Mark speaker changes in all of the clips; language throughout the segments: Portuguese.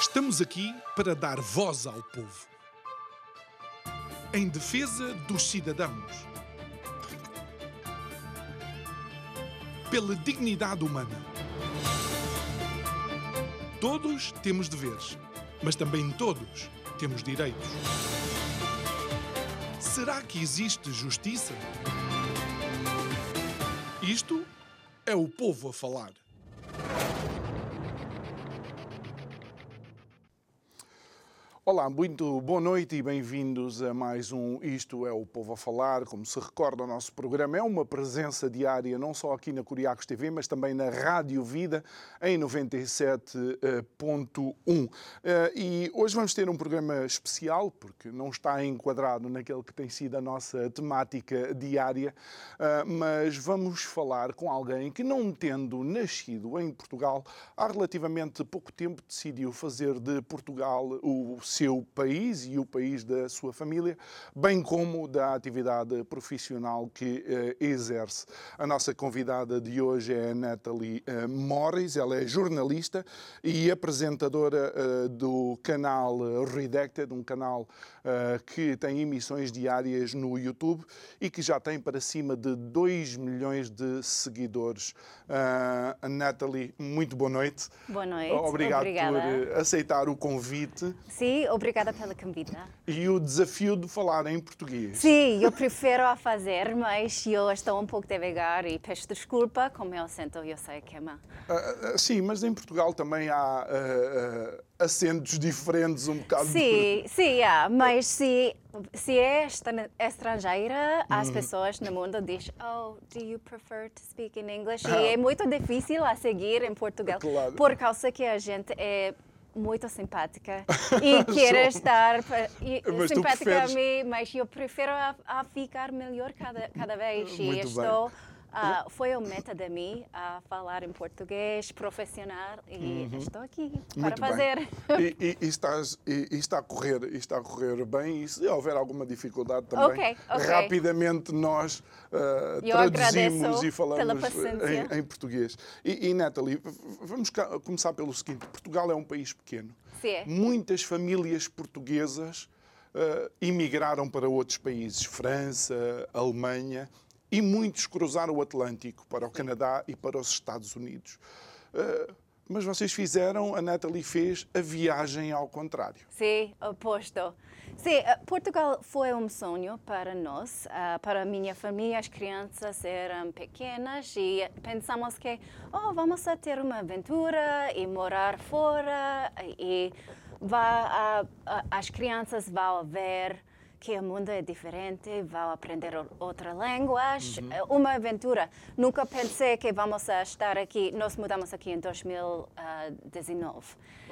Speaker 1: Estamos aqui para dar voz ao povo, em defesa dos cidadãos, pela dignidade humana. Todos temos deveres, mas também todos temos direitos. Será que existe justiça? Isto é o povo a falar. Olá, muito boa noite e bem-vindos a mais um Isto é o Povo a Falar. Como se recorda, o nosso programa é uma presença diária, não só aqui na Curiacos TV, mas também na Rádio Vida, em 97.1. E hoje vamos ter um programa especial, porque não está enquadrado naquele que tem sido a nossa temática diária, mas vamos falar com alguém que, não tendo nascido em Portugal, há relativamente pouco tempo decidiu fazer de Portugal o seu país e o país da sua família, bem como da atividade profissional que exerce. A nossa convidada de hoje é a Natalie Morris. Ela é jornalista e apresentadora do canal Redacted, um canal que tem emissões diárias no YouTube e que já tem para cima de 2 milhões de seguidores. Natalie, muito boa noite.
Speaker 2: Boa noite.
Speaker 1: Obrigado
Speaker 2: Obrigada
Speaker 1: por aceitar o convite.
Speaker 2: Sim, obrigada pela convite.
Speaker 1: E o desafio de falar em português.
Speaker 2: Sim, eu prefiro a fazer, mas eu estou um pouco devagar e peço desculpa com o meu acento, eu sei que é má.
Speaker 1: Sim, mas em Portugal também há acentos diferentes um bocado.
Speaker 2: Sim, há, mas se é estrangeira, as pessoas no mundo dizem, oh, do you prefer to speak in English? E é muito difícil a seguir em Portugal,
Speaker 1: Claro.
Speaker 2: por causa que a gente é muito simpática e quer estar simpática a mim, mas eu prefiro a ficar melhor cada vez.
Speaker 1: Muito
Speaker 2: e estou,
Speaker 1: bem.
Speaker 2: Foi a meta de mim a falar em português profissional e estou aqui para
Speaker 1: Muito
Speaker 2: fazer.
Speaker 1: Bem. E está a correr bem, e se houver alguma dificuldade também,
Speaker 2: Ok.
Speaker 1: rapidamente nós
Speaker 2: Eu
Speaker 1: traduzimos
Speaker 2: agradeço
Speaker 1: e falamos
Speaker 2: pela paciência.
Speaker 1: em português. E Natalie, vamos começar pelo seguinte: Portugal é um país pequeno.
Speaker 2: Sim.
Speaker 1: Muitas famílias portuguesas imigraram para outros países, França, Alemanha, e muitos cruzaram o Atlântico para o Canadá e para os Estados Unidos. Mas vocês fizeram, a Natalie fez a viagem ao contrário.
Speaker 2: Sim, oposto. Sim, Portugal foi um sonho para nós, para a minha família. As crianças eram pequenas e pensamos que vamos a ter uma aventura e morar fora e as crianças vão ver que o mundo é diferente, vão aprender outra língua, uma aventura. Nunca pensei que vamos a estar aqui. Nós mudamos aqui em 2019.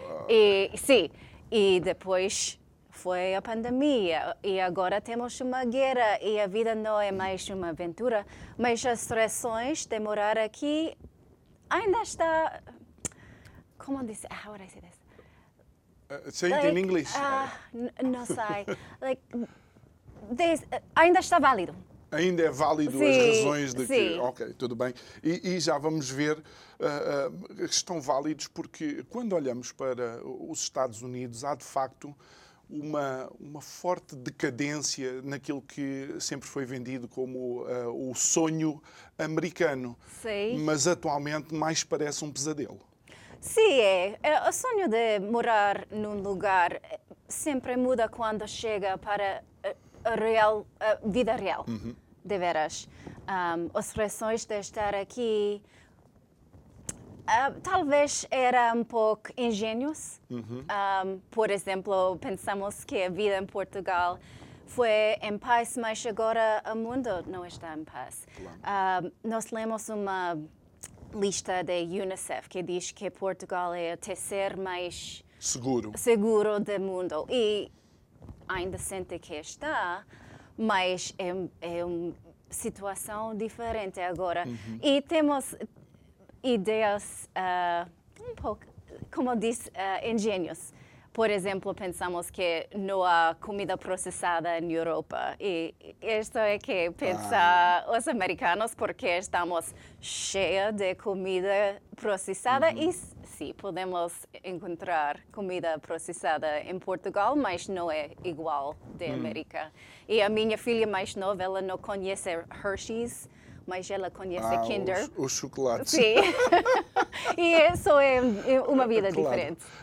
Speaker 2: E depois foi a pandemia e agora temos uma guerra e a vida não é mais uma aventura, mas as restrições de morar aqui ainda está, como dizer, how would I say this?
Speaker 1: Say it in English.
Speaker 2: Não sei. Ainda está válido.
Speaker 1: Ainda é válido
Speaker 2: Sim,
Speaker 1: as razões de que...
Speaker 2: sim.
Speaker 1: Ok, tudo bem. E já vamos ver que estão válidos, porque quando olhamos para os Estados Unidos, há de facto uma forte decadência naquilo que sempre foi vendido como o sonho americano.
Speaker 2: Sim.
Speaker 1: Mas atualmente mais parece um pesadelo.
Speaker 2: Sim, é. O sonho de morar num lugar sempre muda quando chega para a vida real, de veras. As razões de estar aqui talvez era um pouco ingênuos. Por exemplo, pensamos que a vida em Portugal foi em paz, mas agora o mundo não está em paz.
Speaker 1: Claro.
Speaker 2: Nós lemos uma lista da UNICEF que diz que Portugal é o terceiro mais seguro do mundo. E ainda sente que está, mas é uma situação diferente agora. E temos ideias um pouco, como diz, ingênuas. Por exemplo, pensamos que não há comida processada na Europa. E isto é que pensa os americanos, porque estamos cheios de comida processada. E sim, podemos encontrar comida processada em Portugal, mas não é igual da América. E a minha filha mais nova, ela não conhece Hershey's, mas ela conhece Kinder.
Speaker 1: Os chocolates.
Speaker 2: Sim. E isso é uma vida
Speaker 1: Claro.
Speaker 2: diferente.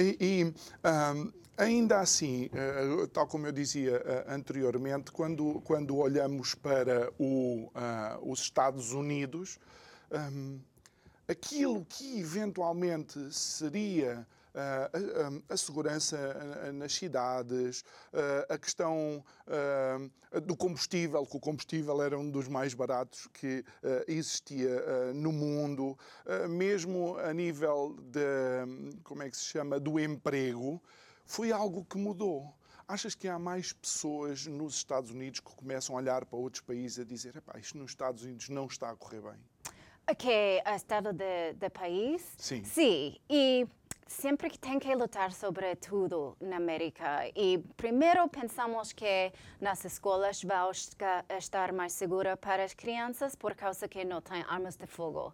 Speaker 1: Ainda assim, tal como eu dizia anteriormente, quando olhamos para os Estados Unidos, aquilo que eventualmente seria a segurança nas cidades, a questão do combustível, que o combustível era um dos mais baratos que existia no mundo, mesmo a nível como é que se chama, do emprego, foi algo que mudou. Achas que há mais pessoas nos Estados Unidos que começam a olhar para outros países a dizer, epá, isto nos Estados Unidos não está a correr bem?
Speaker 2: Que é o estado do país?
Speaker 1: Sim.
Speaker 2: Sim, e sempre que tem que lutar sobre tudo na América. E primeiro pensamos que nas escolas vai estar mais segura para as crianças por causa que não tem armas de fogo.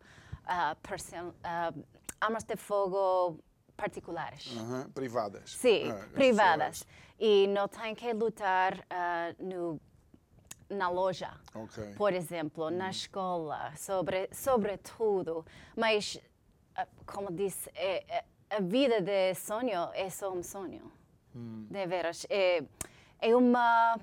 Speaker 2: Armas de fogo particulares.
Speaker 1: Privadas.
Speaker 2: Sim, privadas. E não tem que lutar na loja, por exemplo, na escola, sobre tudo. Mas, como disse, a vida de sonho é só um sonho. De veras. É uma...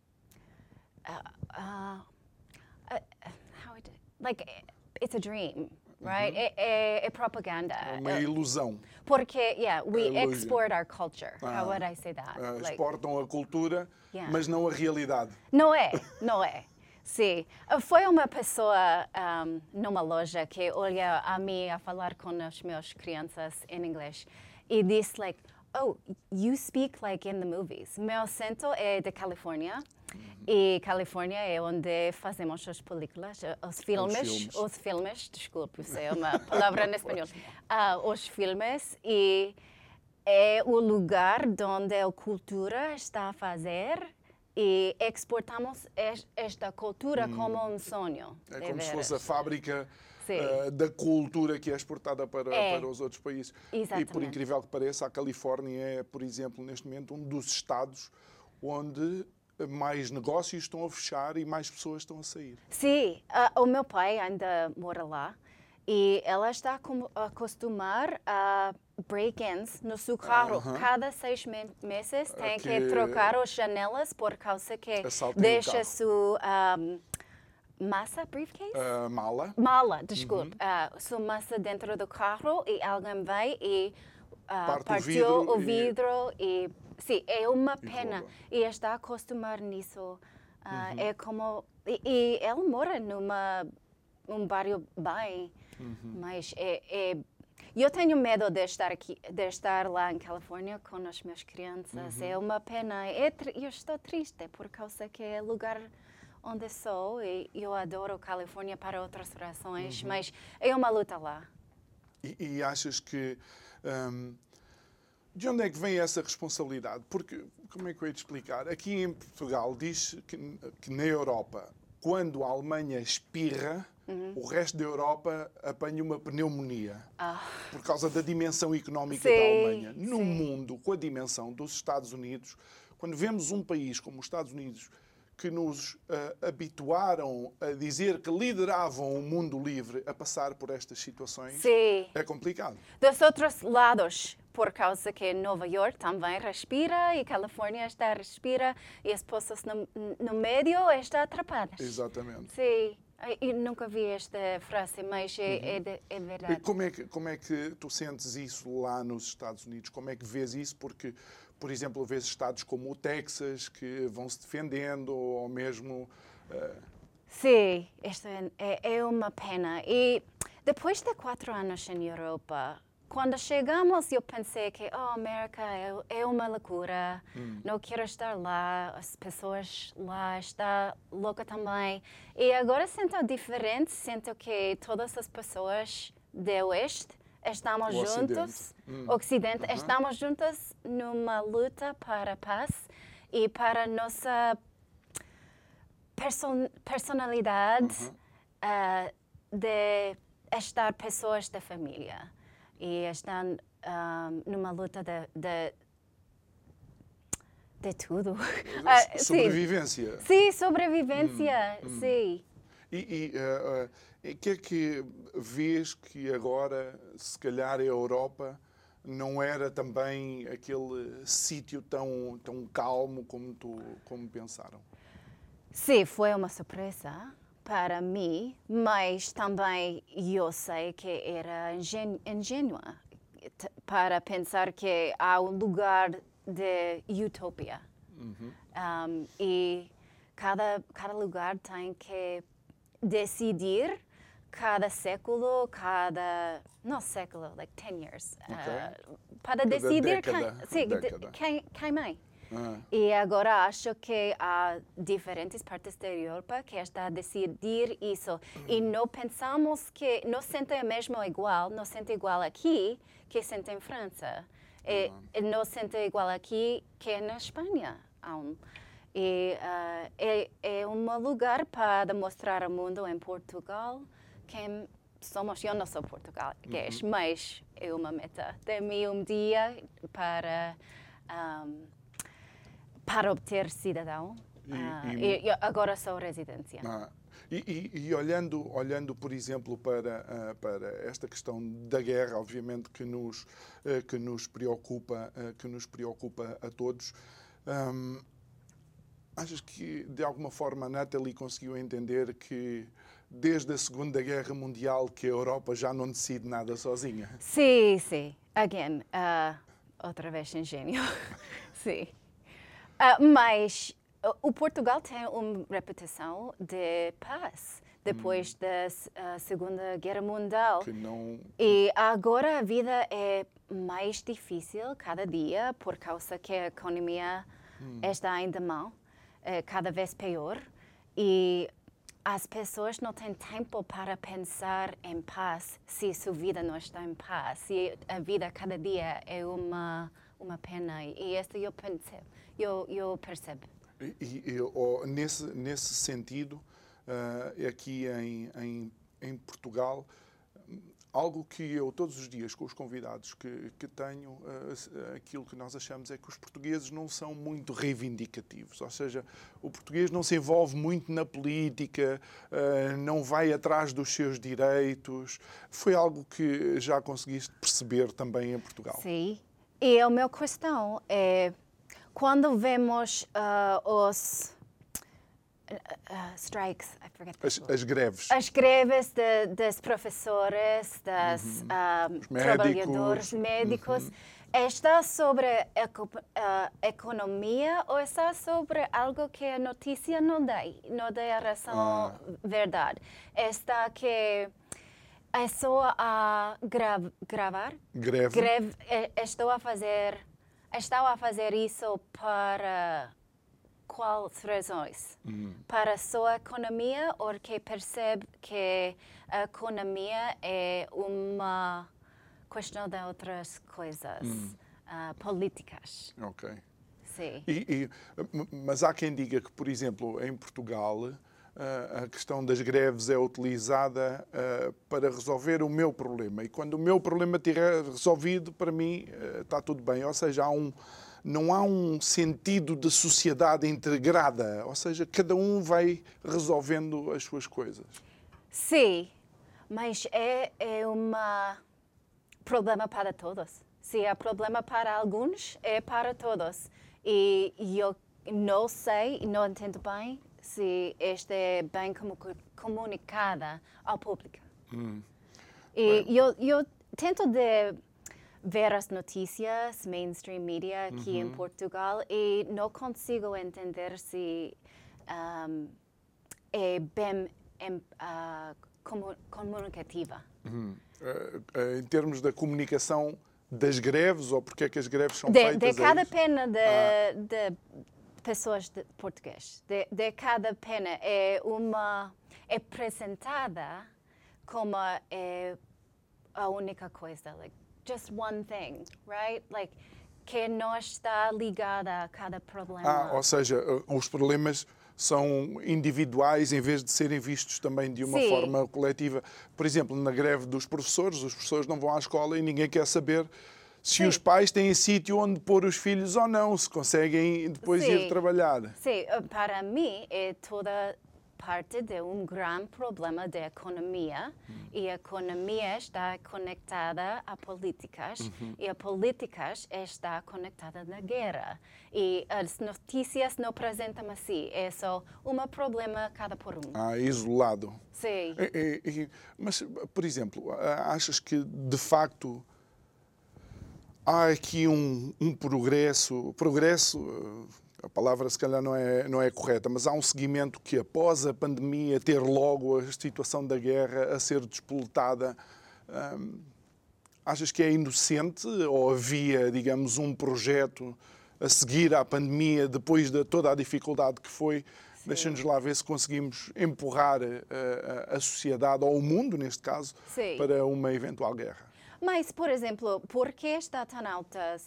Speaker 2: it's a dream. Right? É propaganda.
Speaker 1: É uma ilusão.
Speaker 2: Porque, we export our culture. How would I say that?
Speaker 1: Exportam a cultura, mas não a realidade.
Speaker 2: Não é. Sim. Foi uma pessoa numa loja que olha a mim a falar com as minhas crianças em inglês e disse, oh, you speak like in the movies. Meu acento é da Califórnia. E Califórnia é onde fazemos as películas, os filmes, desculpe, isso é uma palavra em espanhol. Os filmes, e é o lugar onde a cultura está a fazer e exportamos esta cultura como um sonho.
Speaker 1: É como se fosse a fábrica da cultura que é exportada para os outros países.
Speaker 2: Exatamente.
Speaker 1: E por incrível que pareça, a Califórnia é, por exemplo, neste momento, um dos estados onde mais negócios estão a fechar e mais pessoas estão a sair.
Speaker 2: Sim, o meu pai ainda mora lá e ela está a acostumar a break-ins no seu carro. Cada 6 meses tem que trocar as janelas por causa que deixa sua massa, briefcase? Mala, desculpe. Sua massa dentro do carro e alguém vai e partiu o vidro e... Sim, é uma pena. E está a acostumar nisso. É como... E ele mora num bairro bem, mas eu tenho medo de estar lá em Califórnia com as minhas crianças. É uma pena. Eu estou triste por causa que é o lugar onde sou e eu adoro Califórnia para outras razões, mas é uma luta lá.
Speaker 1: E achas que... de onde é que vem essa responsabilidade? Porque, como é que eu ia te explicar? Aqui em Portugal diz que na Europa, quando a Alemanha espirra, o resto da Europa apanha uma pneumonia. Por causa da dimensão económica da Alemanha. No mundo, com a dimensão dos Estados Unidos, quando vemos um país como os Estados Unidos, que nos habituaram a dizer que lideravam o mundo livre a passar por estas situações, é complicado.
Speaker 2: Dos outros lados, por causa que Nova York também respira e Califórnia está a respirar e as pessoas no meio estão atrapadas.
Speaker 1: Exatamente.
Speaker 2: Sim, eu nunca vi esta frase, mas é verdade.
Speaker 1: E como é que tu sentes isso lá nos Estados Unidos? Como é que vês isso? Porque, por exemplo, vês estados como o Texas que vão se defendendo ou mesmo...
Speaker 2: Sim, isto é uma pena. E depois de 4 anos em Europa, quando chegamos, eu pensei que a América é uma loucura, não quero estar lá, as pessoas lá estão loucas também. E agora sinto diferente, sinto que todas as pessoas do Oeste estamos juntos, Ocidente, estamos juntos numa luta para a paz e para a nossa personalidade de estar pessoas da família. e estão numa luta de tudo.
Speaker 1: Sobrevivência.
Speaker 2: Sim, sobrevivência, sim.
Speaker 1: E que é que vês que agora, se calhar, a Europa não era também aquele sítio tão calmo como pensaram?
Speaker 2: Sim, foi uma surpresa para mim, mas também eu sei que era ingênua para pensar que há um lugar de utopia. E cada lugar tem que decidir cada século, não século, like 10 years, para decidir quem é. E agora acho que há diferentes partes da Europa que estão a decidir isso. E não pensamos que não sentem mesmo igual, não sentem igual aqui que sentem em França. E não sentem igual aqui que na Espanha. E é um lugar para mostrar ao mundo em Portugal quem somos. Eu não sou português, mas é uma meta de mim um dia para obter cidadão. E agora sou residência.
Speaker 1: E olhando, por exemplo, para esta questão da guerra, obviamente que nos preocupa a todos. Achas que, de alguma forma, a Nathalie conseguiu entender que, desde a Segunda Guerra Mundial, que a Europa já não decide nada sozinha?
Speaker 2: Sim. Again, outra vez ingênio. Sim. Mas o Portugal tem uma reputação de paz depois da Segunda Guerra Mundial. E agora a vida é mais difícil cada dia por causa que a economia está em demão, cada vez pior. E as pessoas não têm tempo para pensar em paz se sua vida não está em paz. Se a vida cada dia é uma pena. E isso eu percebo.
Speaker 1: Nesse sentido, aqui em Portugal, algo que eu todos os dias com os convidados que tenho, aquilo que nós achamos é que os portugueses não são muito reivindicativos, ou seja, o português não se envolve muito na política, não vai atrás dos seus direitos. Foi algo que já conseguiste perceber também em Portugal?
Speaker 2: Sim, e a minha questão é, quando vemos os strikes, I forget
Speaker 1: as greves.
Speaker 2: As greves das professores, dos trabalhadores, médicos. Está sobre a economia ou está sobre algo que a notícia não dá a razão verdade? Está que é só a gravar?
Speaker 1: Greve.
Speaker 2: Estou a fazer isso para quais razões? Para a sua economia ou que percebe que a economia é uma questão de outras coisas políticas?
Speaker 1: Ok.
Speaker 2: Sim.
Speaker 1: Mas há quem diga que, por exemplo, em Portugal, a questão das greves é utilizada para resolver o meu problema. E quando o meu problema estiver resolvido, para mim está tudo bem. Ou seja, não há um sentido de sociedade integrada. Ou seja, cada um vai resolvendo as suas coisas.
Speaker 2: Sim, mas é um problema para todos. Se é problema para alguns, é para todos. E eu não sei, não entendo bem se esta é bem comunicada ao público. E eu tento de ver as notícias, mainstream media aqui em Portugal e não consigo entender se é bem comunicativa.
Speaker 1: Em termos da comunicação das greves, ou porque é que as greves são feitas?
Speaker 2: De cada pena de pessoas de português, de cada pena é apresentada como a única coisa, like just one thing, right? Que não está ligada a cada problema.
Speaker 1: Ou seja, os problemas são individuais em vez de serem vistos também de uma forma coletiva. Por exemplo, na greve dos professores, os professores não vão à escola e ninguém quer saber se os pais têm sítio onde pôr os filhos ou não, se conseguem depois ir trabalhar.
Speaker 2: Sim, para mim é toda parte de um grande problema da economia e a economia está conectada a políticas e a políticas está conectada na guerra e as notícias não apresentam assim, é só um problema cada por um.
Speaker 1: Isolado.
Speaker 2: Sim.
Speaker 1: Mas, por exemplo, achas que de facto há aqui um progresso, a palavra se calhar não é correta, mas há um seguimento que após a pandemia ter logo a situação da guerra a ser despoletada, achas que é inocente ou havia, digamos, um projeto a seguir à pandemia depois de toda a dificuldade que foi? Deixa-nos lá ver se conseguimos empurrar a sociedade, ou o mundo neste caso, para uma eventual guerra.
Speaker 2: Mas, por exemplo, por que está tão altas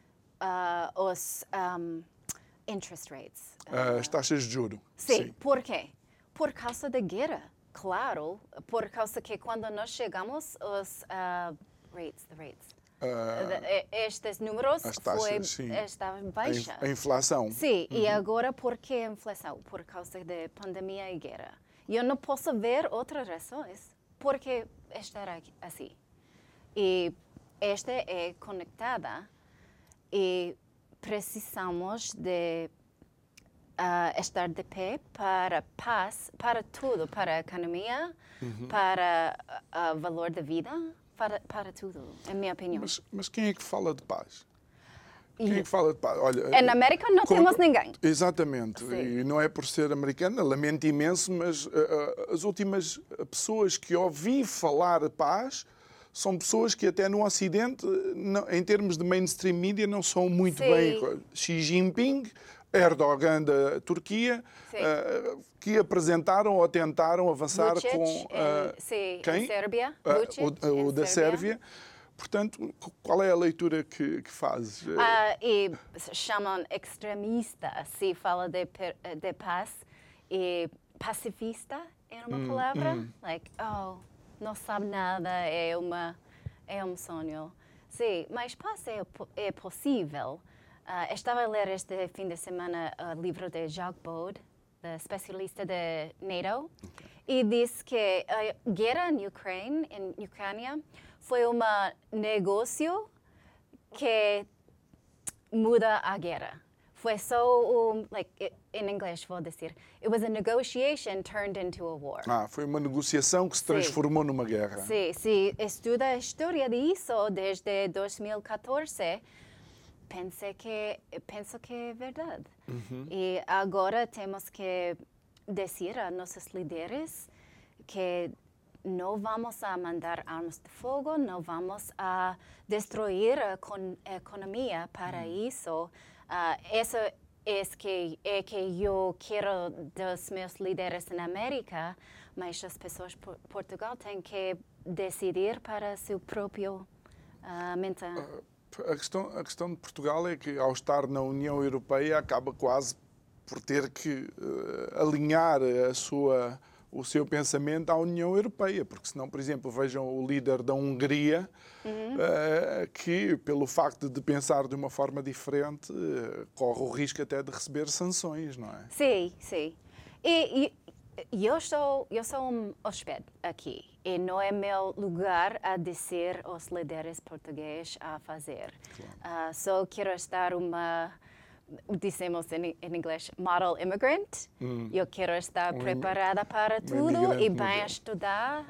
Speaker 2: os interest rates?
Speaker 1: As taxas de juros.
Speaker 2: Sim, por quê? Por causa da guerra, claro. Por causa que quando nós chegamos, os rates, estes números estavam baixos.
Speaker 1: A inflação.
Speaker 2: Sim, e agora por que a inflação? Por causa da pandemia e guerra. Eu não posso ver outras razões por que estará assim. E esta é conectada e precisamos de estar de pé para paz, para tudo, para a economia, para o valor da vida, para tudo, em minha opinião.
Speaker 1: Mas quem é que fala de paz? Quem é que fala de paz? Olha,
Speaker 2: na América não temos ninguém.
Speaker 1: Exatamente. Sim. E não é por ser americana, lamento imenso, mas as últimas pessoas que ouvi falar de paz são pessoas que até no Ocidente, em termos de mainstream media, não são muito bem. Xi Jinping, Erdogan da Turquia, que apresentaram ou tentaram avançar
Speaker 2: Vučić,
Speaker 1: com...
Speaker 2: quem? Sérvia.
Speaker 1: O da Sérvia. Portanto, qual é a leitura que fazes?
Speaker 2: E chamam extremista, se fala de paz, e pacifista é uma palavra, não sabe nada, é um sonho. Sim, mas paz é possível. Estava a ler este fim de semana o livro de Jacques Bode, especialista de NATO, e disse que a guerra na Ucrânia foi um negócio que muda a guerra. Foi só em inglês vou dizer, it was a negotiation turned into a war.
Speaker 1: Foi uma negociação que se transformou numa guerra.
Speaker 2: Sim, se estuda a história disso desde 2014, penso que é verdade. E agora temos que dizer a nossos líderes que não vamos a mandar armas de fogo, não vamos a destruir a economia para isso. Isso é que eu quero dos meus líderes na América, mas as pessoas de Portugal têm que decidir para seu próprio mente.
Speaker 1: A questão de Portugal é que, ao estar na União Europeia, acaba quase por ter que alinhar o seu pensamento à União Europeia, porque senão, por exemplo, vejam o líder da Hungria, que, pelo facto de pensar de uma forma diferente, corre o risco até de receber sanções, não é?
Speaker 2: Sim, sim. E eu sou um hóspede aqui e não é meu lugar a dizer aos líderes portugueses a fazer. Claro. Só quero estar dizemos em inglês, model immigrant. Eu quero estar preparada para tudo e bem estudar.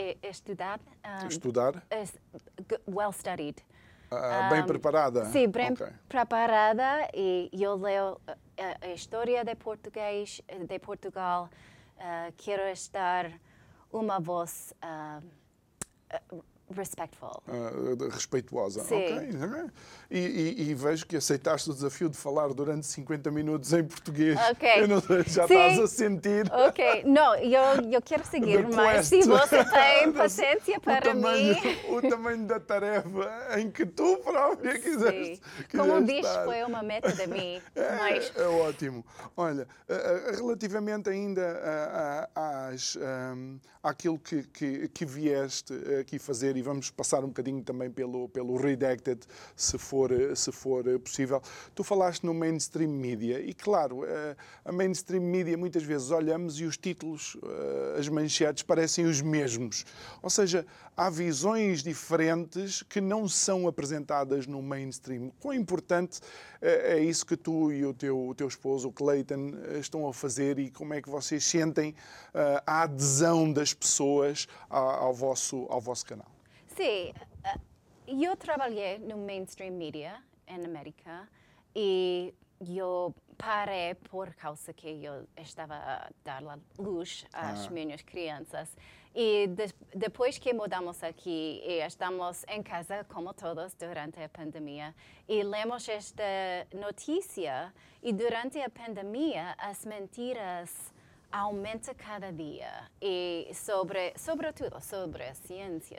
Speaker 2: Well studied.
Speaker 1: Bem preparada?
Speaker 2: Sim, bem preparada. E eu leio a história de Portugal. Quero estar uma voz respectful.
Speaker 1: Respeituosa.
Speaker 2: Sim.
Speaker 1: Ok. E vejo que aceitaste o desafio de falar durante 50 minutos em português.
Speaker 2: Ok.
Speaker 1: Eu não sei, já
Speaker 2: Sim.
Speaker 1: estás a sentir.
Speaker 2: Ok. Não, eu quero seguir, mas se você tem paciência para mim...
Speaker 1: O tamanho da tarefa em que tu própria quiseste
Speaker 2: Como disse,
Speaker 1: estar.
Speaker 2: foi uma meta de mim. Mas...
Speaker 1: É ótimo. Olha, relativamente ainda àquilo que vieste aqui fazer, e vamos passar um bocadinho também pelo Redacted, se for possível. Tu falaste no mainstream media e, claro, a mainstream media muitas vezes olhamos e os títulos, as manchetes parecem os mesmos. Ou seja, há visões diferentes que não são apresentadas no mainstream. Quão importante é isso que tu e o teu esposo, o Clayton, estão a fazer, e como é que vocês sentem a adesão das pessoas ao vosso canal?
Speaker 2: Sim, eu trabalhei no mainstream media na América e eu parei por causa que eu estava a dar luz às minhas crianças. E depois que mudamos aqui e estamos em casa, como todos, durante a pandemia, e lemos esta notícia, e durante a pandemia as mentiras aumentam cada dia, e sobretudo sobre a ciência,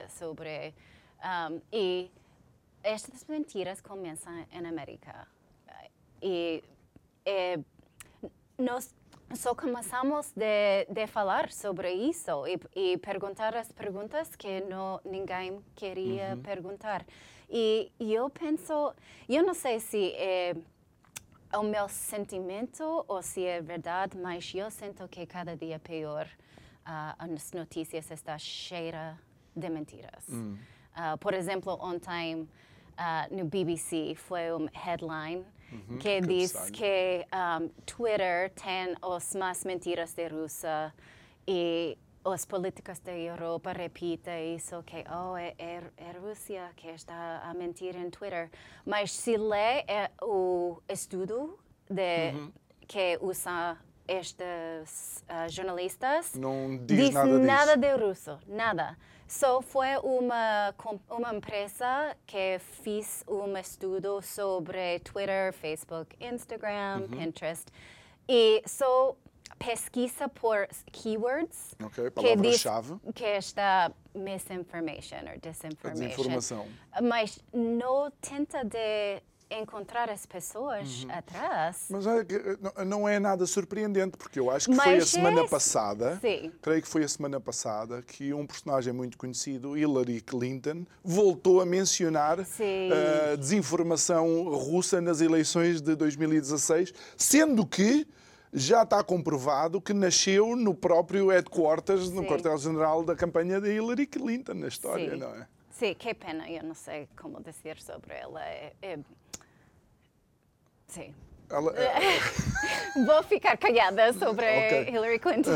Speaker 2: e estas mentiras começam na América. E nós só começamos de falar sobre isso e perguntar as perguntas que ninguém queria perguntar. E eu penso, eu não sei se é o meu sentimento ou se é verdade, mas eu sinto que cada dia pior as notícias estão cheias de mentiras. Por exemplo, ontem no BBC foi headline que diz que Twitter tem as más mentiras da Rússia e as políticas da Europa repetem isso, que é a Rússia que está a mentir em Twitter. Mas se lê o estudo que usa estes jornalistas,
Speaker 1: não diz nada
Speaker 2: de russo, nada. Só foi uma empresa que fez um estudo sobre Twitter, Facebook, Instagram, Pinterest, e só pesquisa por keywords
Speaker 1: palavra-chave,
Speaker 2: que está misinformation ou disinformation.
Speaker 1: Desinformação.
Speaker 2: Mas não tenta de encontrar as pessoas atrás.
Speaker 1: Mas não é nada surpreendente, porque eu acho que foi a semana passada, creio que foi a semana passada, que um personagem muito conhecido, Hillary Clinton, voltou a mencionar a desinformação russa nas eleições de 2016, sendo que já está comprovado que nasceu no próprio headquarters, no quartel-general da campanha de Hillary Clinton, na história, não é?
Speaker 2: Sim, que pena, eu não sei como dizer sobre ela. Sim. Vou ficar calhada sobre Hillary Clinton.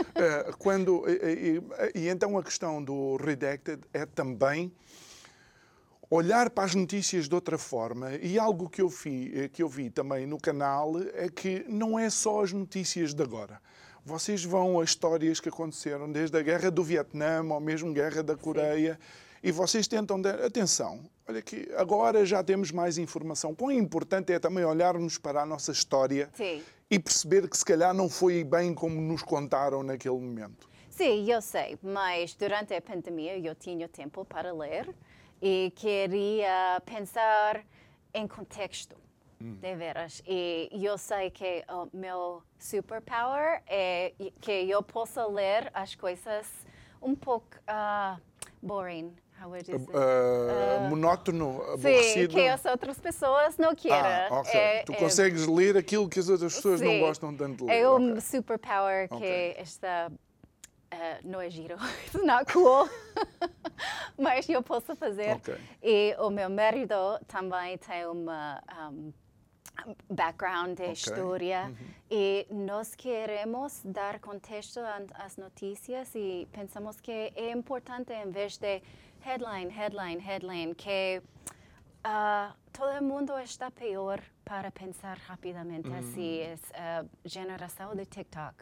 Speaker 1: E então a questão do Redacted é também olhar para as notícias de outra forma, e algo que eu vi também no canal é que não é só as notícias de agora. Vocês vão a histórias que aconteceram desde a Guerra do Vietnã ou mesmo Guerra da Coreia, e vocês tentam dar atenção. Olha que agora já temos mais informação. Quão importante é também olharmos para a nossa história e perceber que se calhar não foi bem como nos contaram naquele momento.
Speaker 2: Sim, eu sei, mas durante a pandemia eu tinha tempo para ler e queria pensar em contexto, de veras. E eu sei que o meu superpower é que eu posso ler as coisas um pouco boring.
Speaker 1: Monótono, aborrecido.
Speaker 2: Sim, que as outras pessoas não querem.
Speaker 1: Tu consegues ler aquilo que as outras pessoas não gostam tanto de ler.
Speaker 2: É um superpower que está... não é giro, it's not cool, mas eu posso fazer. E o meu marido também tem uma background de história e nós queremos dar contexto às notícias e pensamos que é importante, em vez de headline, que todo mundo está pior para pensar rapidamente. Assim, a geração de TikTok.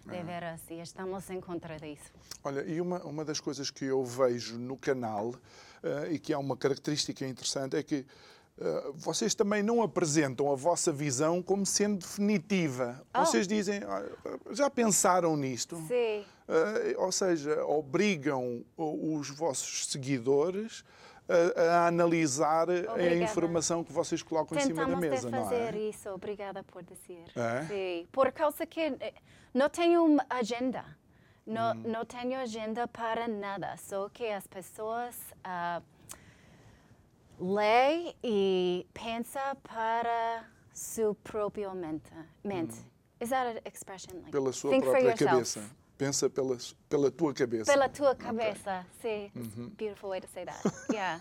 Speaker 2: de veras, e estamos em contra disso.
Speaker 1: Olha, e uma das coisas que eu vejo no canal, e que é uma característica interessante, é que vocês também não apresentam a vossa visão como sendo definitiva. Vocês dizem, já pensaram nisto?
Speaker 2: Sim.
Speaker 1: Ou seja, obrigam os vossos seguidores a analisar a informação que vocês colocam em cima da mesa,
Speaker 2: não é? Tentamos fazer isso, obrigada por dizer. Sim, por causa que não tenho uma agenda. Não tenho agenda para nada, só que as pessoas leem e pensam para sua própria mente. Is that an expression? Like,
Speaker 1: pela sua própria cabeça. Pensa pela tua cabeça.
Speaker 2: Pela tua cabeça, sim. It's a beautiful way to say that. Yeah.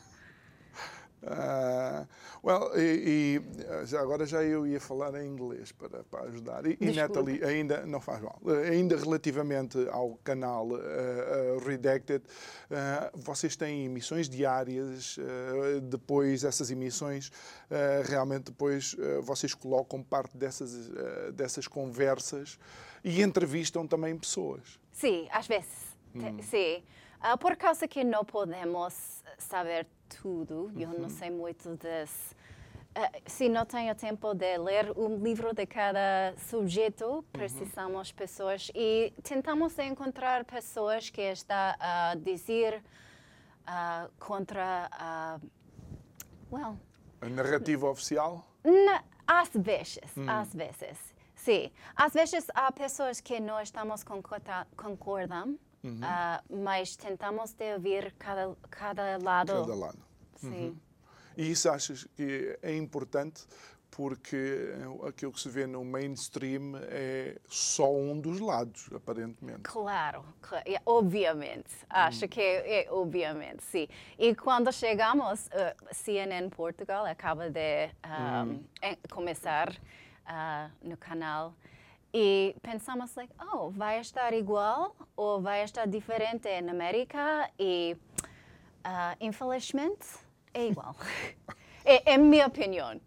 Speaker 1: Agora já eu ia falar em inglês para ajudar. E Natalie, ainda não faz mal. Ainda relativamente ao canal Redacted, vocês têm emissões diárias, depois essas emissões, realmente depois vocês colocam parte dessas conversas e entrevistam também pessoas.
Speaker 2: Sim, às vezes. Sim. Por causa que não podemos saber tudo, eu não sei muito disso. Se não tenho tempo de ler um livro de cada sujeito, precisamos de pessoas e tentamos encontrar pessoas que estão a dizer contra a
Speaker 1: narrativa oficial?
Speaker 2: Às vezes. Sim. Às vezes há pessoas que não estamos concordando, mas tentamos de ouvir cada lado.
Speaker 1: Cada lado.
Speaker 2: Sim.
Speaker 1: E isso achas que é importante porque aquilo que se vê no mainstream é só um dos lados, aparentemente.
Speaker 2: Claro, obviamente. Acho que é obviamente, sim. E quando chegamos, CNN Portugal acaba de começar no canal e pensamos, vai estar igual ou vai estar diferente na América? E, infelizmente, é igual. É minha opinião.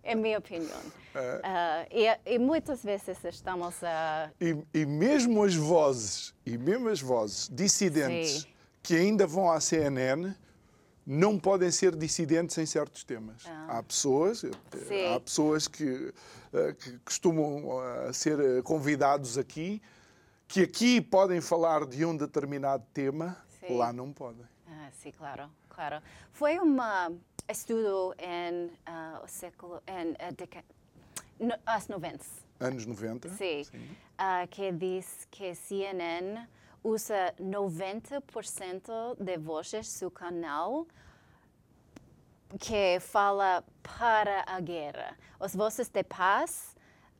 Speaker 2: E muitas vezes estamos a...
Speaker 1: E mesmo as vozes dissidentes que ainda vão à CNN não podem ser dissidentes em certos temas. Há pessoas que costumam ser convidados aqui, que aqui podem falar de um determinado tema, lá não podem.
Speaker 2: Sim, claro. Foi estudo em anos 90.
Speaker 1: Anos 90?
Speaker 2: Sim. Que diz que CNN usa 90% de vozes do canal que fala para a guerra. As vozes de paz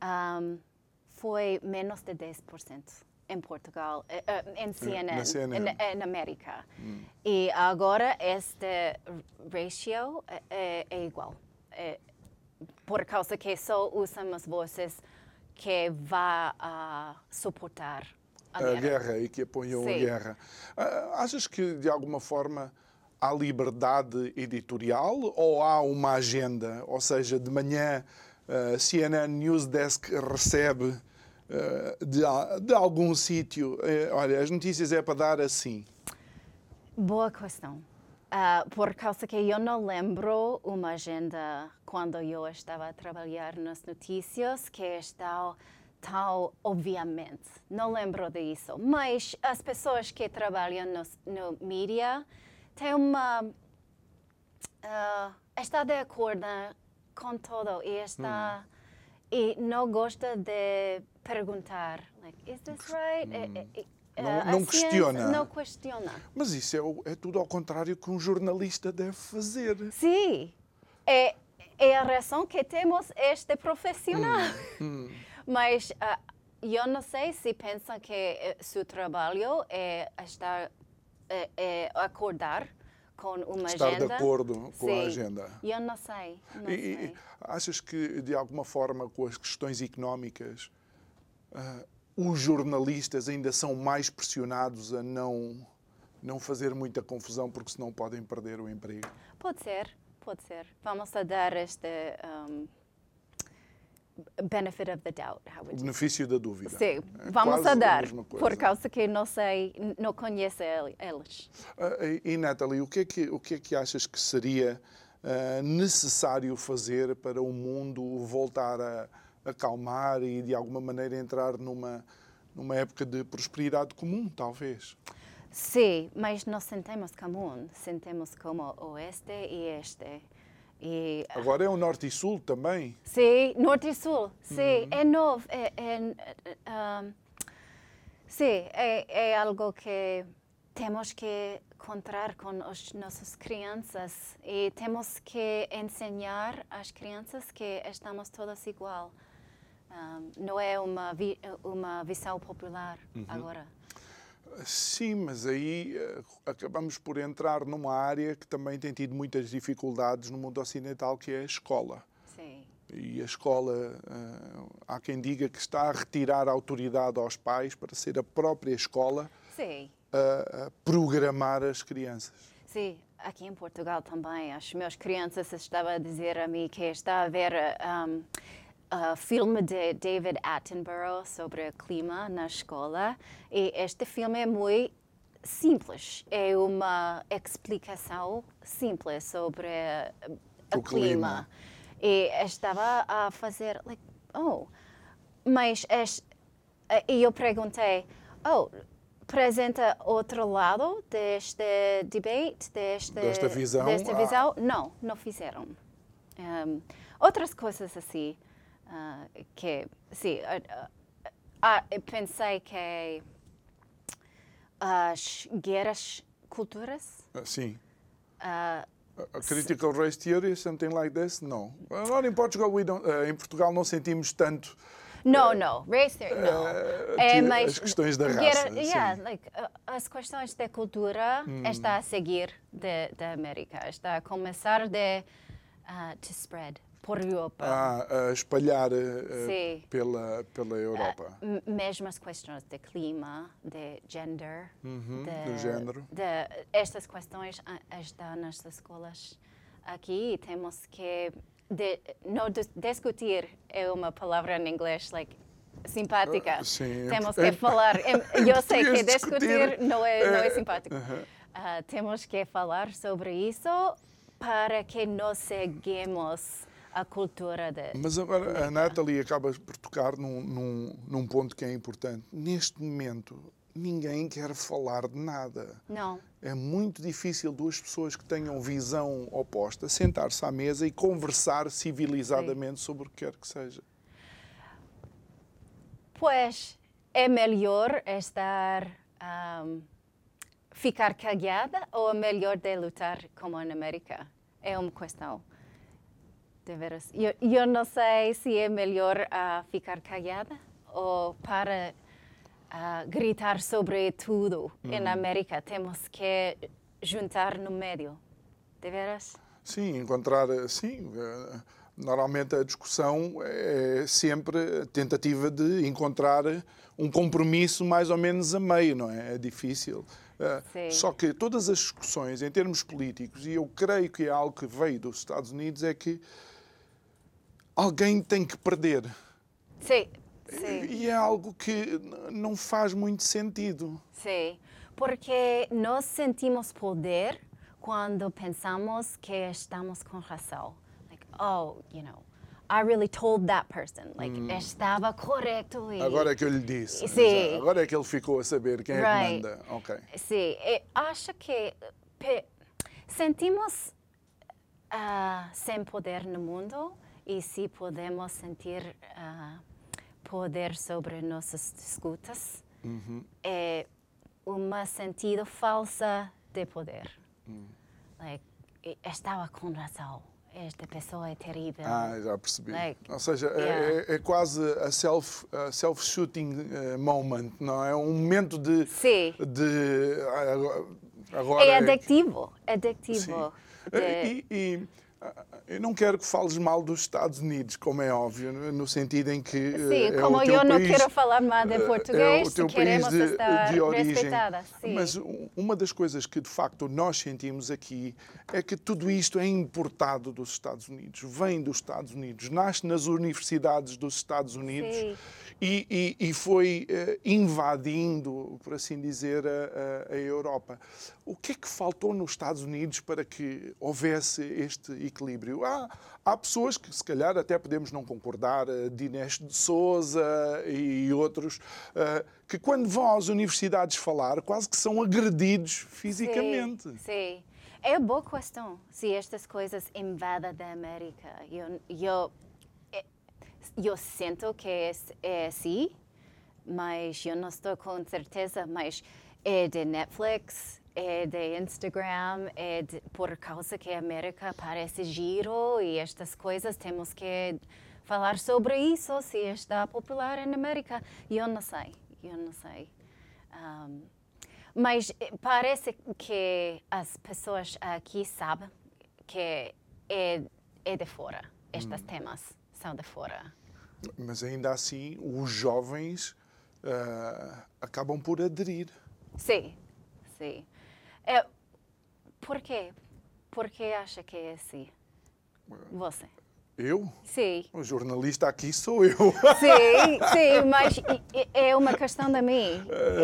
Speaker 2: foi menos de 10% em Portugal, em CNN, na América. E agora este ratio é igual. Por causa que só usam as vozes que vão suportar a
Speaker 1: guerra e que apoiam a guerra. Achas que, de alguma forma, há liberdade editorial ou há uma agenda? Ou seja, de manhã, CNN News Desk recebe de algum sítio, olha, as notícias é para dar assim.
Speaker 2: Boa questão. Por causa que eu não lembro uma agenda quando eu estava a trabalhar nas notícias que está tão obviamente. Não lembro disso. Mas as pessoas que trabalham no mídia têm está de acordo com tudo e não gosta de perguntar, is this right?
Speaker 1: Não questiona.
Speaker 2: Não questiona.
Speaker 1: Mas isso é tudo ao contrário que um jornalista deve fazer.
Speaker 2: Sim. É a razão que temos este profissional. Mas eu não sei se pensa que seu trabalho é acordar com uma agenda.
Speaker 1: Estar de acordo com a agenda.
Speaker 2: Eu não sei.
Speaker 1: E achas que, de alguma forma, com as questões económicas, os jornalistas ainda são mais pressionados a não fazer muita confusão porque senão podem perder o emprego?
Speaker 2: Pode ser. Vamos a dar benefit of the doubt.
Speaker 1: O benefício da dúvida.
Speaker 2: Sim, vamos a dar, por causa que não conheço eles.
Speaker 1: E Natalie, o que é que achas que seria necessário fazer para o mundo voltar a acalmar e de alguma maneira entrar numa época de prosperidade comum, talvez?
Speaker 2: Sim, mas não sentimos comum, sentimos como oeste e este. E,
Speaker 1: agora é o norte e sul também?
Speaker 2: Sim, norte e sul, sim, é novo. Sim, é algo que temos que encontrar com as nossas crianças e temos que ensinar às crianças que estamos todas igual. Não é uma visão popular agora.
Speaker 1: Sim, mas aí acabamos por entrar numa área que também tem tido muitas dificuldades no mundo ocidental, que é a escola.
Speaker 2: Sim.
Speaker 1: E a escola, há quem diga que está a retirar a autoridade aos pais para ser a própria escola a programar as crianças.
Speaker 2: Sim, aqui em Portugal também. As minhas crianças estavam a dizer a mim que está a ver filme de David Attenborough sobre o clima na escola e este filme é muito simples. É uma explicação simples sobre o clima. E estava a fazer, mas e eu perguntei, apresenta outro lado deste debate,
Speaker 1: desta visão?
Speaker 2: Não fizeram. Outras coisas assim. Que sim, pensei que as guerras culturas.
Speaker 1: Sim. Critical race theory, something like this? No. Not in Portugal, em Portugal não sentimos tanto.
Speaker 2: Não, race theory, não.
Speaker 1: Mas as questões da raça.
Speaker 2: As questões da cultura está a seguir da América, está a começar to spread. Por Europa.
Speaker 1: A espalhar pela Europa.
Speaker 2: Mesmo as questões de clima, de gender,
Speaker 1: do género.
Speaker 2: Estas questões estão nas escolas aqui. Temos que não discutir é uma palavra em inglês simpática.
Speaker 1: Sim,
Speaker 2: temos que falar. Eu sei que discutir não é simpático. Temos que falar sobre isso para que não seguimos a cultura
Speaker 1: Mas agora a Natalie acaba por tocar num ponto que é importante. Neste momento, ninguém quer falar de nada.
Speaker 2: Não.
Speaker 1: É muito difícil duas pessoas que tenham visão oposta sentar-se à mesa e conversar civilizadamente sobre o que quer que seja.
Speaker 2: Pois, é melhor ficar callada ou é melhor de lutar como na América? É uma questão. De veras. Eu não sei se é melhor ficar callada ou para gritar sobre tudo. Na América temos que juntar no meio. De veras?
Speaker 1: Sim, encontrar... Sim, normalmente a discussão é sempre a tentativa de encontrar um compromisso mais ou menos a meio, não é? É difícil. Só que todas as discussões em termos políticos, e eu creio que é algo que veio dos Estados Unidos, é que alguém tem que perder.
Speaker 2: Sim.
Speaker 1: E é algo que não faz muito sentido.
Speaker 2: Sim, porque nós sentimos poder quando pensamos que estamos com razão. I really told that person. Estava correto.
Speaker 1: Agora é que eu lhe disse.
Speaker 2: Sim.
Speaker 1: Agora é que ele ficou a saber quem é que manda. Ok.
Speaker 2: Sim, acho que sentimos sem poder no mundo. E se podemos sentir poder sobre nossas disputas, é um sentido falso de poder. Estava com razão. Esta pessoa é terrível.
Speaker 1: Já percebi. Ou seja, é quase a self-shooting moment, não é? Um momento de...
Speaker 2: Sim.
Speaker 1: Agora
Speaker 2: é adictivo.
Speaker 1: Sim. Eu não quero que fales mal dos Estados Unidos, como é óbvio, no sentido em que
Speaker 2: sim, como eu não quero falar mal de português,
Speaker 1: o teu
Speaker 2: queremos
Speaker 1: país
Speaker 2: estar
Speaker 1: de origem.
Speaker 2: respeitada. Sim.
Speaker 1: Mas uma das coisas que, de facto, nós sentimos aqui é que tudo isto é importado dos Estados Unidos, vem dos Estados Unidos, nasce nas universidades dos Estados Unidos.
Speaker 2: Sim.
Speaker 1: E foi invadindo, por assim dizer, a Europa. O que é que faltou nos Estados Unidos para que houvesse este equilíbrio? Há pessoas que, se calhar, até podemos não concordar, Dinesh de Souza e outros, que quando vão às universidades falar, quase que são agredidos fisicamente.
Speaker 2: Sim, sim. É boa questão se estas coisas invadem da América. Eu sinto que é assim, mas eu não estou com certeza. Mas é de Netflix, é de Instagram, por causa que a América parece giro e estas coisas, temos que falar sobre isso, se está popular na América. Eu não sei. Mas parece que as pessoas aqui sabem que é de fora, estes temas são de fora.
Speaker 1: Mas ainda assim, os jovens acabam por aderir.
Speaker 2: Sim. Por quê? Por que acha que é assim? Você?
Speaker 1: Eu?
Speaker 2: Sim.
Speaker 1: O jornalista aqui sou eu.
Speaker 2: Sim, mas é uma questão de mim.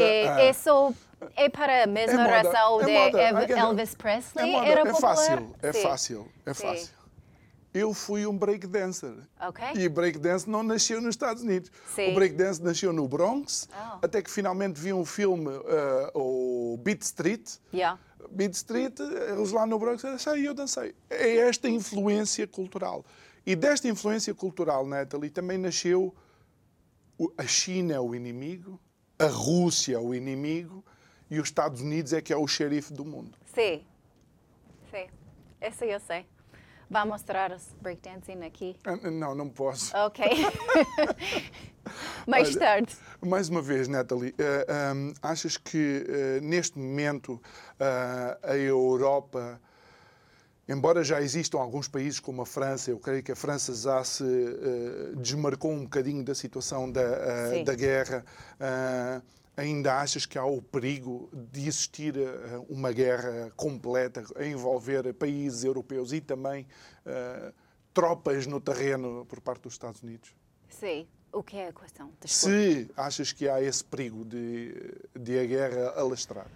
Speaker 2: É para a mesma razão de Elvis Presley? Era popular?
Speaker 1: É fácil. Eu fui um breakdancer.
Speaker 2: Okay.
Speaker 1: E breakdance não nasceu nos Estados Unidos.
Speaker 2: Sim.
Speaker 1: O breakdance nasceu no Bronx, até que finalmente vi um filme, o Beat Street.
Speaker 2: Yeah.
Speaker 1: Beat Street, eles lá no Bronx, eu dancei. É esta influência cultural. E desta influência cultural, Natalie, também nasceu a China, o inimigo, a Rússia, o inimigo, e os Estados Unidos é que é o xerife do mundo.
Speaker 2: Sim. Isso eu sei. Vai mostrar os breakdancing aqui?
Speaker 1: Não posso.
Speaker 2: Ok. Mais tarde.
Speaker 1: Mais uma vez, Natalie, achas que neste momento a Europa, embora já existam alguns países como a França, eu creio que a França já se desmarcou um bocadinho da situação da guerra, ainda achas que há o perigo de existir uma guerra completa a envolver países europeus e também tropas no terreno por parte dos Estados Unidos?
Speaker 2: Sim. O que é a questão? Desculpa.
Speaker 1: Se achas que há esse perigo de a guerra alastrar?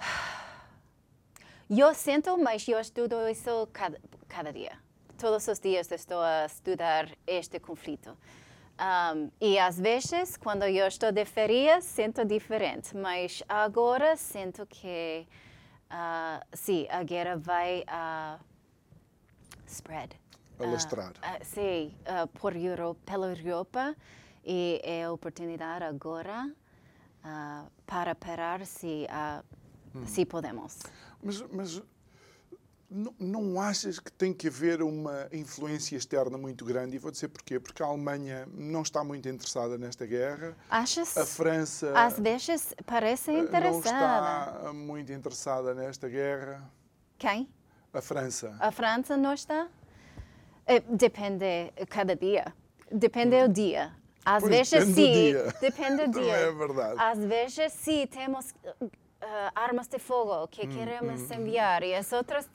Speaker 2: Eu sinto, mas eu estudo isso cada dia. Todos os dias estou a estudar este conflito. E às vezes, quando eu estou de férias, sinto diferente. Mas agora sinto que, sim, a guerra vai spread.
Speaker 1: Alastrar.
Speaker 2: Sim, pela Europa. E é a oportunidade agora para parar se podemos.
Speaker 1: Mas não achas que tem que haver uma influência externa muito grande? E vou dizer porquê. Porque a Alemanha não está muito interessada nesta guerra.
Speaker 2: Achas?
Speaker 1: A França...
Speaker 2: Às vezes parece interessada.
Speaker 1: Não está muito interessada nesta guerra.
Speaker 2: Quem?
Speaker 1: A França.
Speaker 2: A França não está? Depende cada dia. Depende do dia. Às vezes sim. Depende do dia.
Speaker 1: Não é verdade.
Speaker 2: Às vezes sim, temos... armas de fogo que queremos enviar e os outros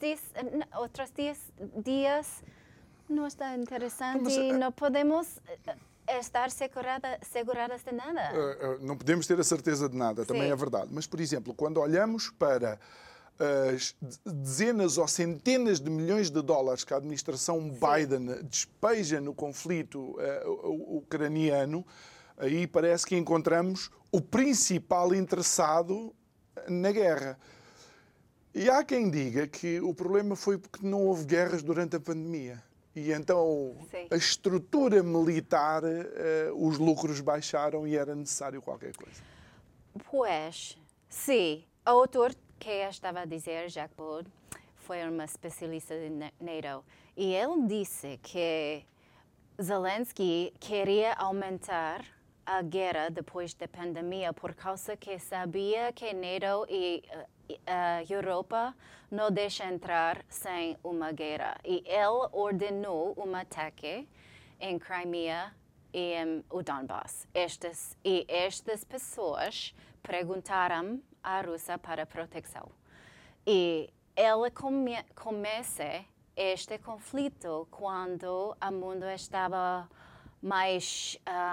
Speaker 2: dias não está interessante e não podemos estar seguradas de nada.
Speaker 1: Não podemos ter a certeza de nada, também é verdade. Mas, por exemplo, quando olhamos para as dezenas ou centenas de milhões de dólares que a administração Biden despeja no conflito ucraniano, aí parece que encontramos o principal interessado na guerra. E há quem diga que o problema foi porque não houve guerras durante a pandemia. E então a estrutura militar, os lucros baixaram e era necessário qualquer coisa.
Speaker 2: Pois, sim. O autor que eu estava a dizer, Jack Bode, foi uma especialista de NATO. E ele disse que Zelensky queria aumentar a guerra depois da pandemia por causa que sabia que NATO e a Europa não deixa entrar sem uma guerra. E ele ordenou um ataque em Crimea e em Donbass. Estas pessoas perguntaram à Rússia para proteção. E ela começa este conflito quando o mundo estava mais...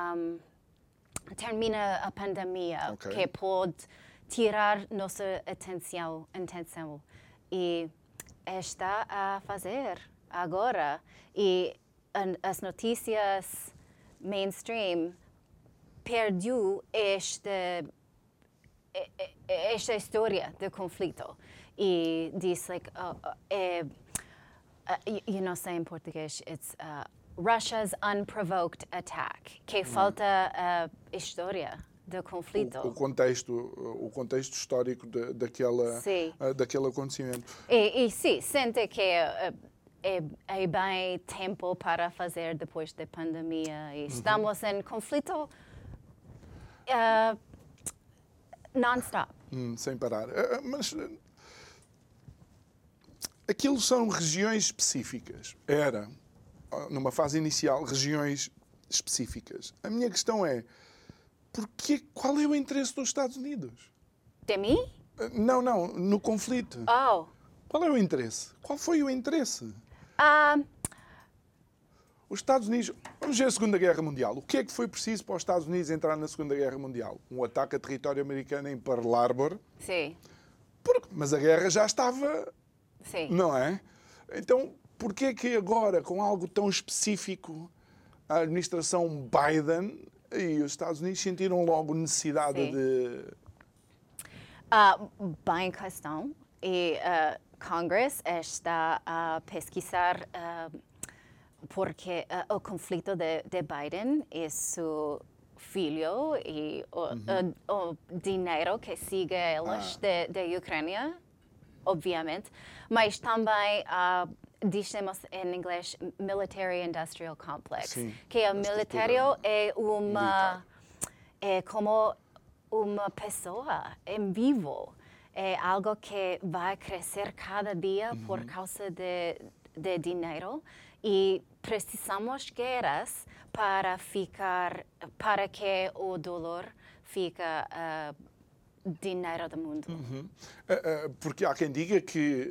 Speaker 2: termina a pandemia, que pode tirar nossa atenção. E está a fazer agora. E as notícias mainstream perdeu esta história do conflito. E diz, eu não sei em português, it's Russia's unprovoked attack, que falta a história do conflito.
Speaker 1: O contexto histórico daquele acontecimento.
Speaker 2: E sim, sente que é bem tempo para fazer depois da pandemia. E estamos em conflito non-stop.
Speaker 1: Sem parar. Mas aquilo são regiões específicas. Era, numa fase inicial, regiões específicas. A minha questão é, qual é o interesse dos Estados Unidos?
Speaker 2: De mim?
Speaker 1: Não, no conflito.
Speaker 2: Oh.
Speaker 1: Qual é o interesse? Qual foi o interesse? Os Estados Unidos... Vamos ver a Segunda Guerra Mundial. O que é que foi preciso para os Estados Unidos entrar na Segunda Guerra Mundial? Um ataque a território americano em Pearl Harbor.
Speaker 2: Sim.
Speaker 1: Mas a guerra já estava...
Speaker 2: Sim.
Speaker 1: Não é? Então, porquê que agora, com algo tão específico, a administração Biden e os Estados Unidos sentiram logo necessidade de...
Speaker 2: Bem questão. E Congress está a pesquisar porque o conflito de Biden é seu filho e o dinheiro que siga eles da Ucrânia, obviamente, mas também dizemos em inglês Military Industrial Complex,
Speaker 1: Sim,
Speaker 2: que o militário é como uma pessoa em vivo. É algo que vai crescer cada dia por causa de dinheiro e precisamos guerras para que o dólar fique dinheiro do mundo.
Speaker 1: Porque há quem diga que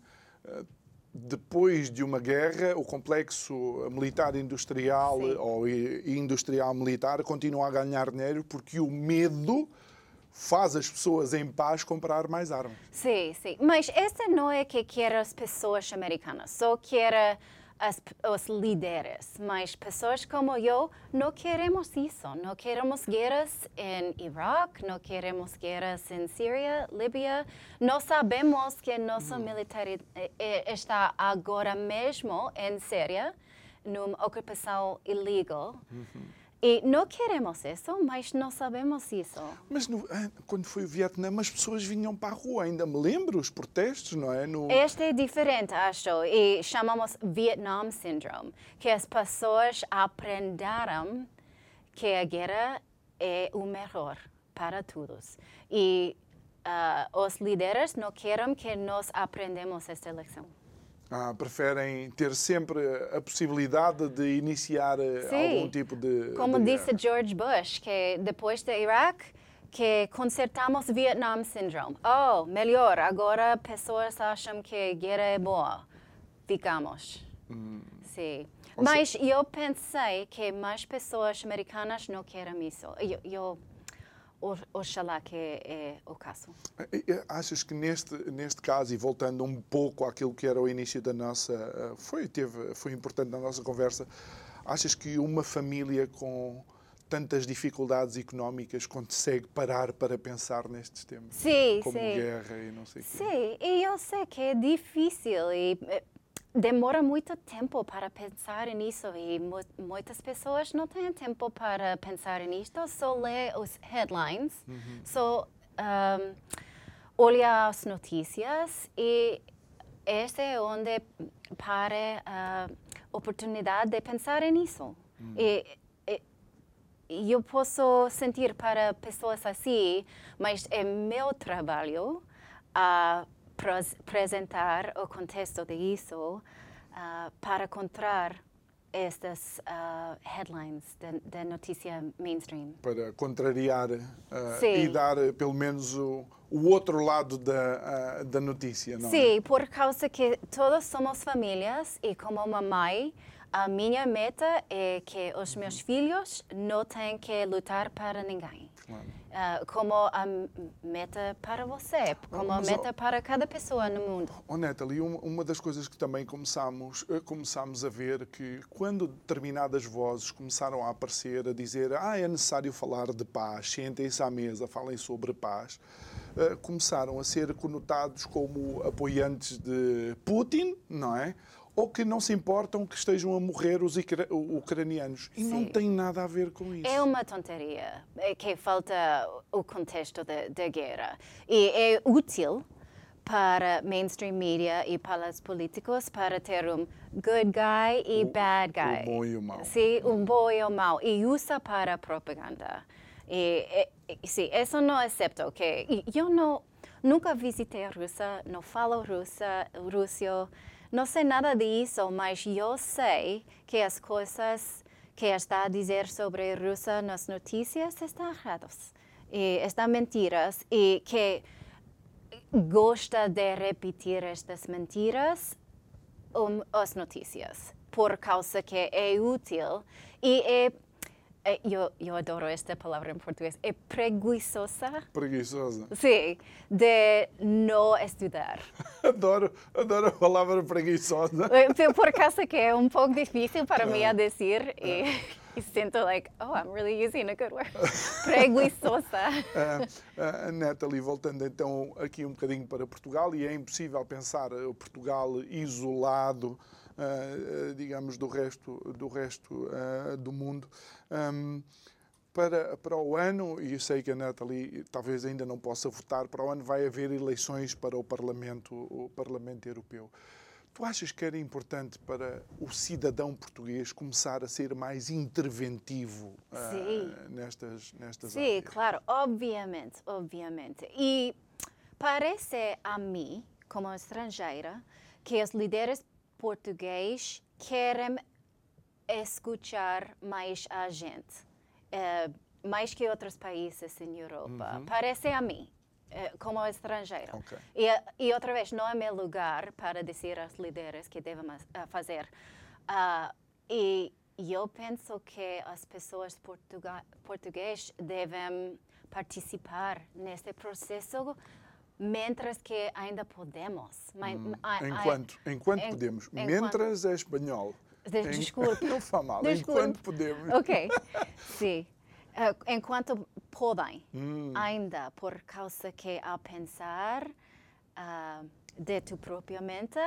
Speaker 1: depois de uma guerra o complexo militar-industrial ou industrial-militar continua a ganhar dinheiro porque o medo faz as pessoas em paz comprar mais armas.
Speaker 2: Sim. Mas essa não é que quer as pessoas americanas, só quer os líderes. Mas pessoas como eu não queremos isso. Não queremos guerras em Iraque, não queremos guerras em Síria, Líbia. Nós sabemos que nosso militar está agora mesmo em Síria, numa ocupação ilegal. E não queremos isso, mas não sabemos isso.
Speaker 1: Mas quando foi o Vietnã, as pessoas vinham para a rua. Ainda me lembro os protestos, não é?
Speaker 2: Este é diferente, acho, e chamamos Vietnam Syndrome, que as pessoas aprenderam que a guerra é o melhor para todos. E os líderes não querem que nós aprendamos esta lição.
Speaker 1: Preferem ter sempre a possibilidade de iniciar algum tipo de...
Speaker 2: Como disse George Bush, que depois do Iraque, que consertamos Vietnam Syndrome. Melhor, agora pessoas acham que a guerra é boa. Ficamos. Sim. Mas eu pensei que mais pessoas americanas não querem isso. Oxalá que é o caso.
Speaker 1: Achas que neste caso, e voltando um pouco àquilo que era o início da nossa... Foi importante na nossa conversa, achas que uma família com tantas dificuldades económicas consegue parar para pensar nestes temas?
Speaker 2: Sim,
Speaker 1: como guerra e não sei o quê?
Speaker 2: Sim, e eu sei que é difícil e demora muito tempo para pensar nisso e muitas pessoas não têm tempo para pensar nisto, só lê os headlines, só olha as notícias e esta é onde para a oportunidade de pensar nisso. E eu posso sentir para pessoas assim, mas é meu trabalho a apresentar o contexto disso para encontrar estas headlines da notícia mainstream.
Speaker 1: Para contrariar e dar pelo menos o outro lado da notícia, não é?
Speaker 2: Sim, por causa que todos somos famílias e como mamãe, a minha meta é que os meus filhos não tenham que lutar para ninguém.
Speaker 1: Claro.
Speaker 2: Como a meta para você, como a meta para cada pessoa no mundo.
Speaker 1: Nathalie, uma das coisas que também começámos a ver que quando determinadas vozes começaram a aparecer, a dizer é necessário falar de paz, sentem-se à mesa, falem sobre paz, começaram a ser conotados como apoiantes de Putin, não é? Ou que não se importam que estejam a morrer os ucranianos. E não tem nada a ver com isso.
Speaker 2: É uma tonteria, que falta o contexto da guerra. E é útil para mainstream media e para os políticos para ter good guy e bad guy.
Speaker 1: O bom e o mau.
Speaker 2: Sim, o bom e o mau. E usa para propaganda. Sim, isso não aceito. Eu nunca visitei a Rússia, não falo russo. Não sei nada disso, mas eu sei que as coisas que está a dizer sobre a Rússia nas notícias estão erradas. E estão mentiras. E que gosta de repetir estas mentiras as notícias. Por causa que é útil e eu adoro esta palavra em português, é preguiçosa.
Speaker 1: Preguiçosa.
Speaker 2: Sim, de não estudar.
Speaker 1: Adoro a palavra preguiçosa.
Speaker 2: Por causa que é um pouco difícil para mim a dizer e sinto I'm really using a good word. Preguiçosa.
Speaker 1: Nathalie, voltando então aqui um bocadinho para Portugal, e é impossível pensar o Portugal isolado, digamos, do resto do mundo. Para o ano, e eu sei que a Nathalie talvez ainda não possa votar, para o ano vai haver eleições para o Parlamento Europeu. Tu achas que era importante para o cidadão português começar a ser mais interventivo nestas
Speaker 2: Sim,
Speaker 1: áreas?
Speaker 2: claro, obviamente. E parece a mim, como estrangeira, que os líderes portugueses querem escutar mais a gente, mais que outros países em Europa. Parece a mim, como estrangeira.
Speaker 1: Okay.
Speaker 2: E outra vez, não é meu lugar para dizer aos líderes que devem fazer. E eu penso que as pessoas portuguesas devem participar nesse processo Mentras que ainda podemos.
Speaker 1: Enquanto podemos. Mentras é espanhol.
Speaker 2: Desculpe.
Speaker 1: Não faz mal. Enquanto podemos.
Speaker 2: Ok. Sim. Enquanto podem. Ainda por causa que ao pensar de tu própria mente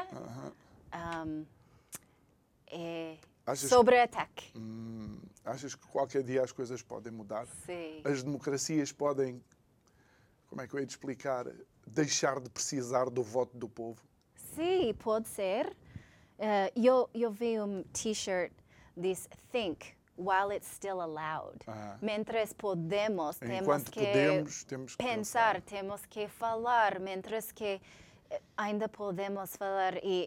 Speaker 2: é sobre ataque.
Speaker 1: Achas que qualquer dia as coisas podem mudar?
Speaker 2: Sim.
Speaker 1: As democracias podem, como é que eu ia te explicar, deixar de precisar do voto do povo?
Speaker 2: Sim, pode ser. Eu vi t-shirt diz think while it's still allowed. Mentras podemos, temos que pensar, temos que falar, mentras que ainda podemos falar. E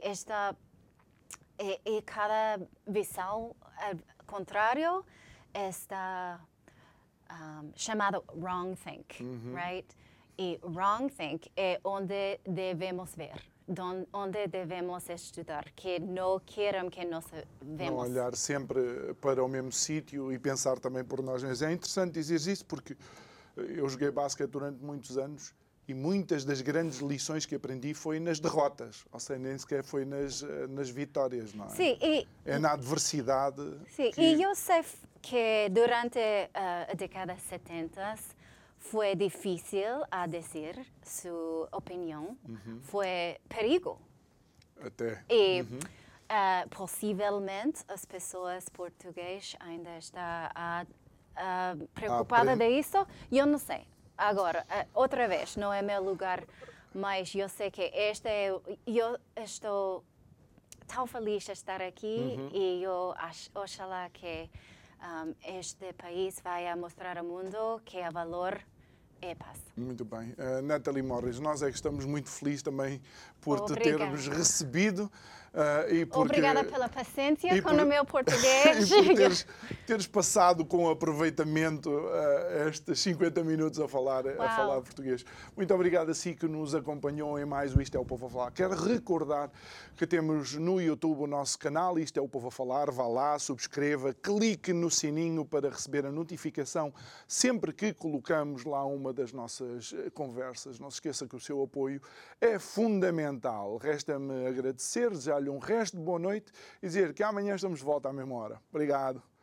Speaker 2: cada visão contrário está chamado wrong think, right? E wrong think é onde devemos ver, onde devemos estudar, que não querem que nós vemos.
Speaker 1: Não olhar sempre para o mesmo sítio e pensar também por nós mesmos. É interessante dizer isso porque eu joguei basquete durante muitos anos e muitas das grandes lições que aprendi foi nas derrotas, ou seja, nem sequer foi nas vitórias, não é?
Speaker 2: Sim,
Speaker 1: é na adversidade.
Speaker 2: Sim, e eu sei que durante a década de 70 foi difícil a dizer sua opinião, foi perigo.
Speaker 1: Até.
Speaker 2: E possivelmente as pessoas portuguesas ainda estão preocupadas disso, eu não sei. Agora, outra vez, não é meu lugar, mas eu sei que eu estou tão feliz de estar aqui e eu oxalá que este país vai mostrar ao mundo que o valor passa.
Speaker 1: Muito bem. Nathalie Morris, nós é que estamos muito felizes também por te
Speaker 2: Obrigada.
Speaker 1: termos recebido.
Speaker 2: Obrigada pela paciência com o meu português.
Speaker 1: E por teres passado com aproveitamento estes 50 minutos a falar português. Muito obrigado a si que nos acompanhou em mais o Isto é o Povo a Falar. Quero recordar que temos no YouTube o nosso canal Isto é o Povo a Falar. Vá lá, subscreva, clique no sininho para receber a notificação sempre que colocamos lá uma das nossas conversas. Não se esqueça que o seu apoio é fundamental. Resta-me agradecer, desejar-lhe um resto de boa noite e dizer que amanhã estamos de volta à mesma hora. Obrigado.